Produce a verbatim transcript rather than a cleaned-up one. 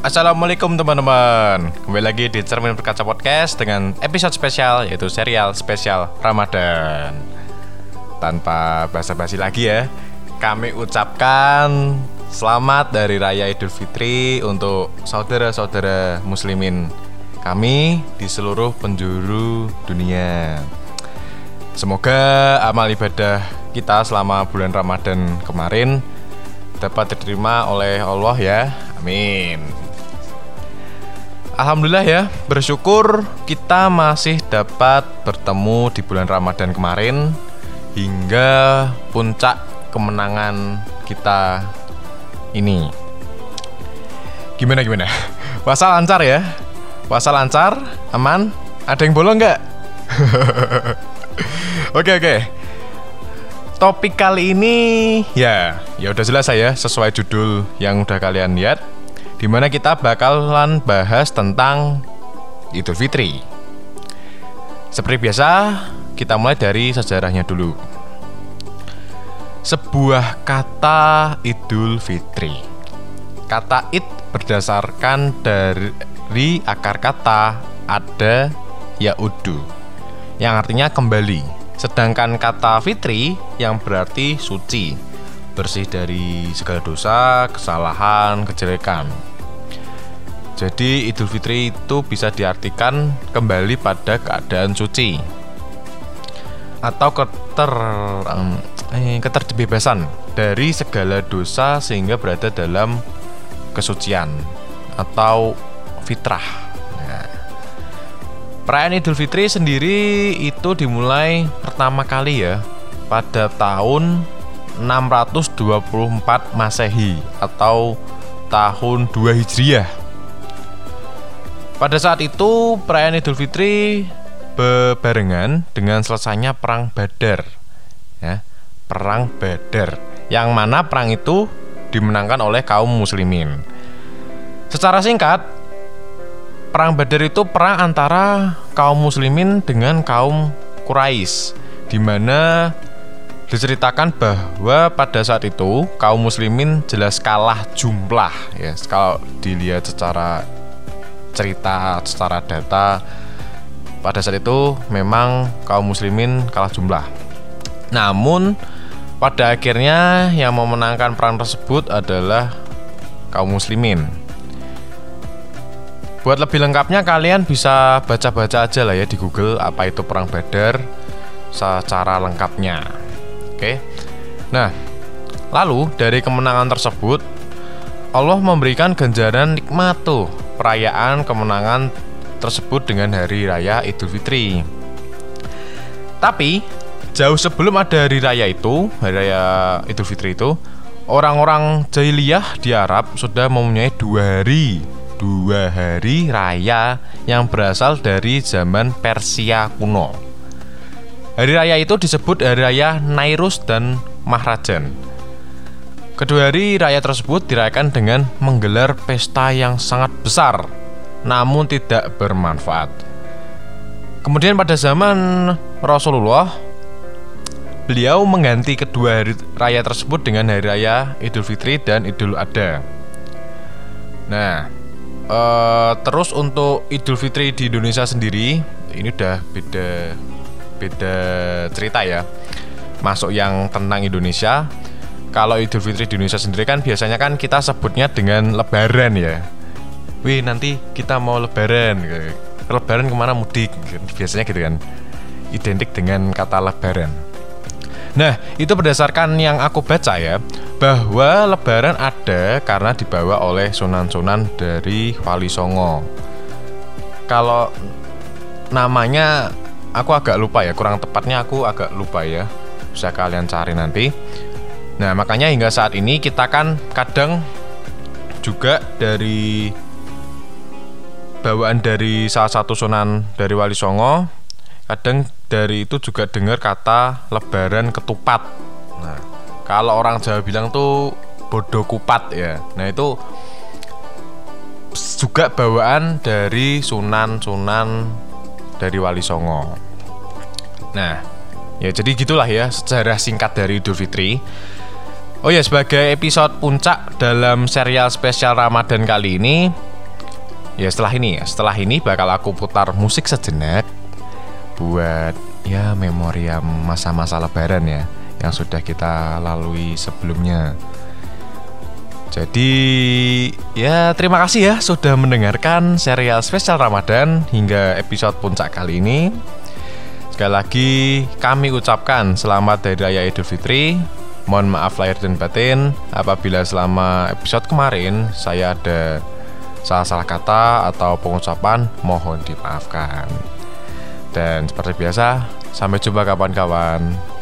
Assalamualaikum teman-teman. Kembali lagi di Cermin Berkaca Podcast dengan episode spesial, yaitu serial spesial Ramadan. Tanpa basa-basi lagi ya, kami ucapkan selamat dari Raya Idul Fitri untuk saudara-saudara muslimin kami di seluruh penjuru dunia. Semoga amal ibadah kita selama bulan Ramadan kemarin dapat diterima oleh Allah ya. Amin. Alhamdulillah ya, bersyukur kita masih dapat bertemu di bulan Ramadan kemarin hingga puncak kemenangan kita ini. Gimana gimana? Puasa lancar ya? Puasa lancar? Aman? Ada yang bolong nggak? Oke oke. Topik kali ini ya, ya udah jelas saya sesuai judul yang udah kalian lihat, dimana kita bakalan bahas tentang Idul Fitri. Seperti biasa, kita mulai dari sejarahnya dulu. Sebuah kata Idul Fitri. Kata id berdasarkan dari akar kata ada yaudu, yang artinya kembali. Sedangkan kata fitri yang berarti suci, bersih dari segala dosa, kesalahan, kejelekan. Jadi Idul Fitri itu bisa diartikan kembali pada keadaan suci atau keter, eh, keterbebasan dari segala dosa sehingga berada dalam kesucian atau fitrah. Perayaan Idul Fitri sendiri itu dimulai pertama kali ya pada tahun enam ratus dua puluh empat Masehi atau tahun dua Hijriah. Pada saat itu perayaan Idul Fitri bebarengan dengan selesainya Perang Badar ya, Perang Badar, yang mana perang itu dimenangkan oleh kaum muslimin. Secara singkat, Perang Badar itu perang antara kaum muslimin dengan kaum Quraisy, di mana diceritakan bahwa pada saat itu kaum muslimin jelas kalah jumlah ya. Kalau dilihat secara cerita, secara data, pada saat itu memang kaum muslimin kalah jumlah. Namun pada akhirnya yang memenangkan perang tersebut adalah kaum muslimin. Buat lebih lengkapnya kalian bisa baca-baca aja lah ya di Google apa itu Perang Badar secara lengkapnya. Oke. Nah, lalu dari kemenangan tersebut Allah memberikan ganjaran nikmat tuh perayaan kemenangan tersebut dengan hari raya Idul Fitri. Tapi jauh sebelum ada hari raya itu, hari raya Idul Fitri itu, orang-orang jahiliyah di Arab sudah mempunyai dua hari Dua hari raya yang berasal dari zaman Persia kuno. Hari raya itu disebut hari raya Nairus dan Mahrajan. Kedua hari raya tersebut dirayakan dengan menggelar pesta yang sangat besar, namun tidak bermanfaat. Kemudian pada zaman Rasulullah, beliau mengganti kedua hari raya tersebut dengan hari raya Idul Fitri dan Idul Adha. Nah, Uh, terus untuk Idul Fitri di Indonesia sendiri ini udah beda beda cerita ya. Masuk yang tentang Indonesia. Kalau Idul Fitri di Indonesia sendiri kan biasanya kan kita sebutnya dengan Lebaran ya. Wih, nanti kita mau Lebaran. Lebaran kemana, mudik? Biasanya gitu kan. Identik dengan kata Lebaran. Nah, itu berdasarkan yang aku baca ya, bahwa Lebaran ada karena dibawa oleh sunan-sunan dari Wali Songo. Kalau namanya aku agak lupa ya, kurang tepatnya aku agak lupa ya. Bisa kalian cari nanti. Nah, makanya hingga saat ini kita kan kadang juga dari bawaan dari salah satu sunan dari Wali Songo, kadang dari itu juga dengar kata Lebaran ketupat. Nah, kalau orang Jawa bilang tuh bodo kupat ya. Nah, itu juga bawaan dari sunan-sunan dari Wali Songo. Nah, ya jadi gitulah ya sejarah singkat dari Idul Fitri. Oh ya, sebagai episode puncak dalam serial spesial Ramadan kali ini, ya setelah ini ya, setelah ini bakal aku putar musik sejenak buat ya memoriam masa-masa lebaran ya yang sudah kita lalui sebelumnya. Jadi ya terima kasih ya sudah mendengarkan serial spesial Ramadan hingga episode puncak kali ini. Sekali lagi kami ucapkan selamat Hari Raya Idul Fitri. Mohon maaf lahir dan batin apabila selama episode kemarin saya ada salah-salah kata atau pengucapan, mohon dimaafkan. Dan seperti biasa, sampai jumpa kawan-kawan.